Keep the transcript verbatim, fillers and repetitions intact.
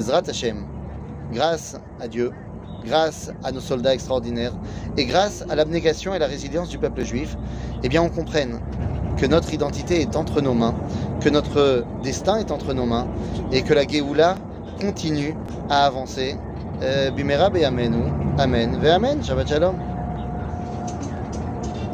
Bezrat Hashem, grâce à Dieu, grâce à nos soldats extraordinaires et grâce à l'abnégation et la résilience du peuple juif, eh bien on comprenne que notre identité est entre nos mains, que notre destin est entre nos mains et que la Géoula continue à avancer. Bimera be Amenu. Amen. Ve Amen. Shabbat Shalom.